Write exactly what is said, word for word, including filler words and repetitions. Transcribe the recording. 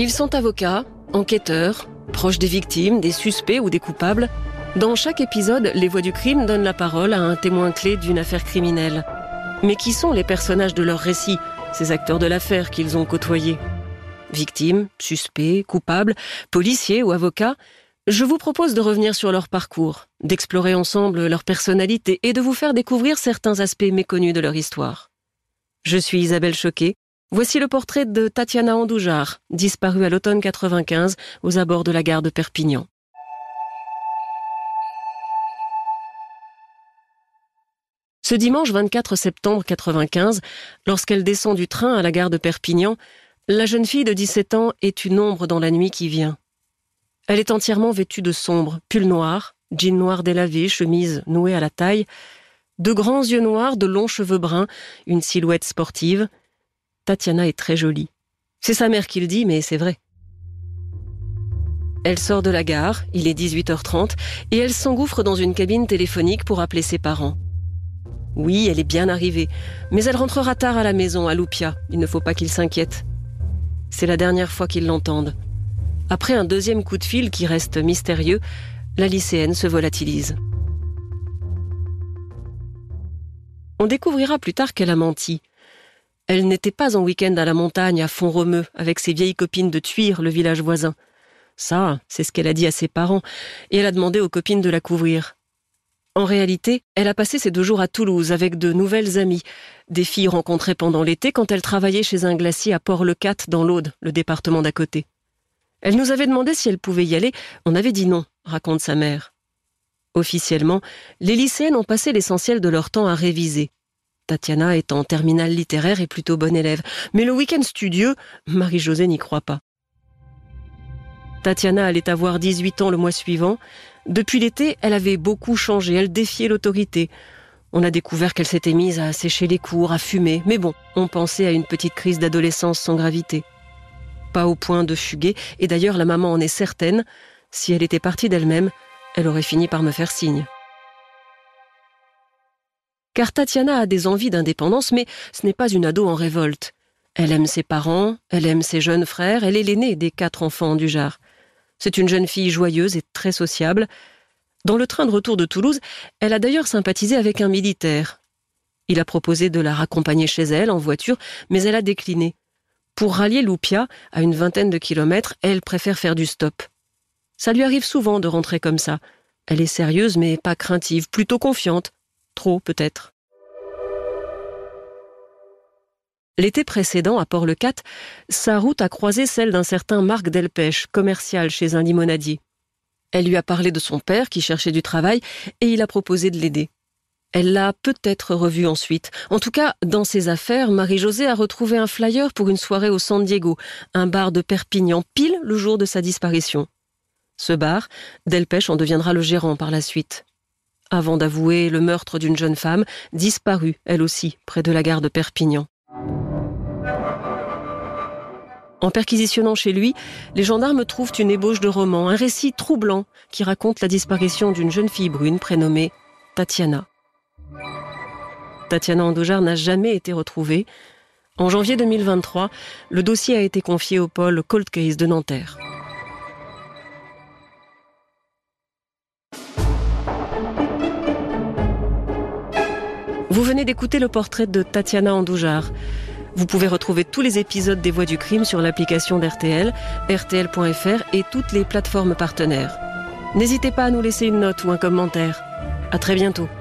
Ils sont avocats, enquêteurs, proches des victimes, des suspects ou des coupables. Dans chaque épisode, les voix du crime donnent la parole à un témoin clé d'une affaire criminelle. Mais qui sont les personnages de leur récit, ces acteurs de l'affaire qu'ils ont côtoyés ? Victimes, suspects, coupables, policiers ou avocats, je vous propose de revenir sur leur parcours, d'explorer ensemble leur personnalité et de vous faire découvrir certains aspects méconnus de leur histoire. Je suis Isabelle Choquet. Voici le portrait de Tatiana Andoujar, disparue à l'automne quatre-vingt-quinze aux abords de la gare de Perpignan. Ce dimanche vingt-quatre septembre quatre-vingt-quinze, lorsqu'elle descend du train à la gare de Perpignan, la jeune fille de dix-sept ans est une ombre dans la nuit qui vient. Elle est entièrement vêtue de sombre, pull noir, jean noir délavé, chemise nouée à la taille, de grands yeux noirs, de longs cheveux bruns, une silhouette sportive. Tatiana est très jolie. C'est sa mère qui le dit, mais c'est vrai. Elle sort de la gare, il est dix-huit heures trente, et elle s'engouffre dans une cabine téléphonique pour appeler ses parents. Oui, elle est bien arrivée, mais elle rentrera tard à la maison, à Loupia. Il ne faut pas qu'ils s'inquiètent. C'est la dernière fois qu'ils l'entendent. Après un deuxième coup de fil qui reste mystérieux, la lycéenne se volatilise. On découvrira plus tard qu'elle a menti. Elle n'était pas en week-end à la montagne, à Font-Romeu, avec ses vieilles copines de Thuir, le village voisin. Ça, c'est ce qu'elle a dit à ses parents, et elle a demandé aux copines de la couvrir. En réalité, elle a passé ces deux jours à Toulouse avec de nouvelles amies, des filles rencontrées pendant l'été quand elle travaillait chez un glacier à Port-le-Cat, dans l'Aude, le département d'à côté. Elle nous avait demandé si elle pouvait y aller, on avait dit non, raconte sa mère. Officiellement, les lycéennes ont passé l'essentiel de leur temps à réviser. Tatiana est en terminale littéraire et plutôt bonne élève, mais le week-end studieux, Marie-Josée n'y croit pas. Tatiana allait avoir dix-huit ans le mois suivant. Depuis l'été, elle avait beaucoup changé, elle défiait l'autorité. On a découvert qu'elle s'était mise à sécher les cours, à fumer, mais bon, on pensait à une petite crise d'adolescence sans gravité. Pas au point de fuguer, et d'ailleurs la maman en est certaine, si elle était partie d'elle-même, elle aurait fini par me faire signe. Car Tatiana a des envies d'indépendance, mais ce n'est pas une ado en révolte. Elle aime ses parents, elle aime ses jeunes frères, elle est l'aînée des quatre enfants du Jard. C'est une jeune fille joyeuse et très sociable. Dans le train de retour de Toulouse, elle a d'ailleurs sympathisé avec un militaire. Il a proposé de la raccompagner chez elle en voiture, mais elle a décliné. Pour rallier Loupia, à une vingtaine de kilomètres, elle préfère faire du stop. Ça lui arrive souvent de rentrer comme ça. Elle est sérieuse mais pas craintive, plutôt confiante. Trop, peut-être. L'été précédent, à Port-le-Cat, sa route a croisé celle d'un certain Marc Delpech, commercial chez un limonadier. Elle lui a parlé de son père qui cherchait du travail et il a proposé de l'aider. Elle l'a peut-être revu ensuite. En tout cas, dans ses affaires, Marie-Josée a retrouvé un flyer pour une soirée au San Diego, un bar de Perpignan, pile le jour de sa disparition. Ce bar, Delpech en deviendra le gérant par la suite. Avant d'avouer le meurtre d'une jeune femme, disparue, elle aussi, près de la gare de Perpignan. En perquisitionnant chez lui, les gendarmes trouvent une ébauche de roman, un récit troublant qui raconte la disparition d'une jeune fille brune prénommée Tatiana. Tatiana Andoujar n'a jamais été retrouvée. En janvier deux mille vingt-trois, le dossier a été confié au pôle Cold Case de Nanterre. Vous venez d'écouter le portrait de Tatiana Andoujar. Vous pouvez retrouver tous les épisodes des Voix du crime sur l'application d'R T L, R T L point F R et toutes les plateformes partenaires. N'hésitez pas à nous laisser une note ou un commentaire. À très bientôt.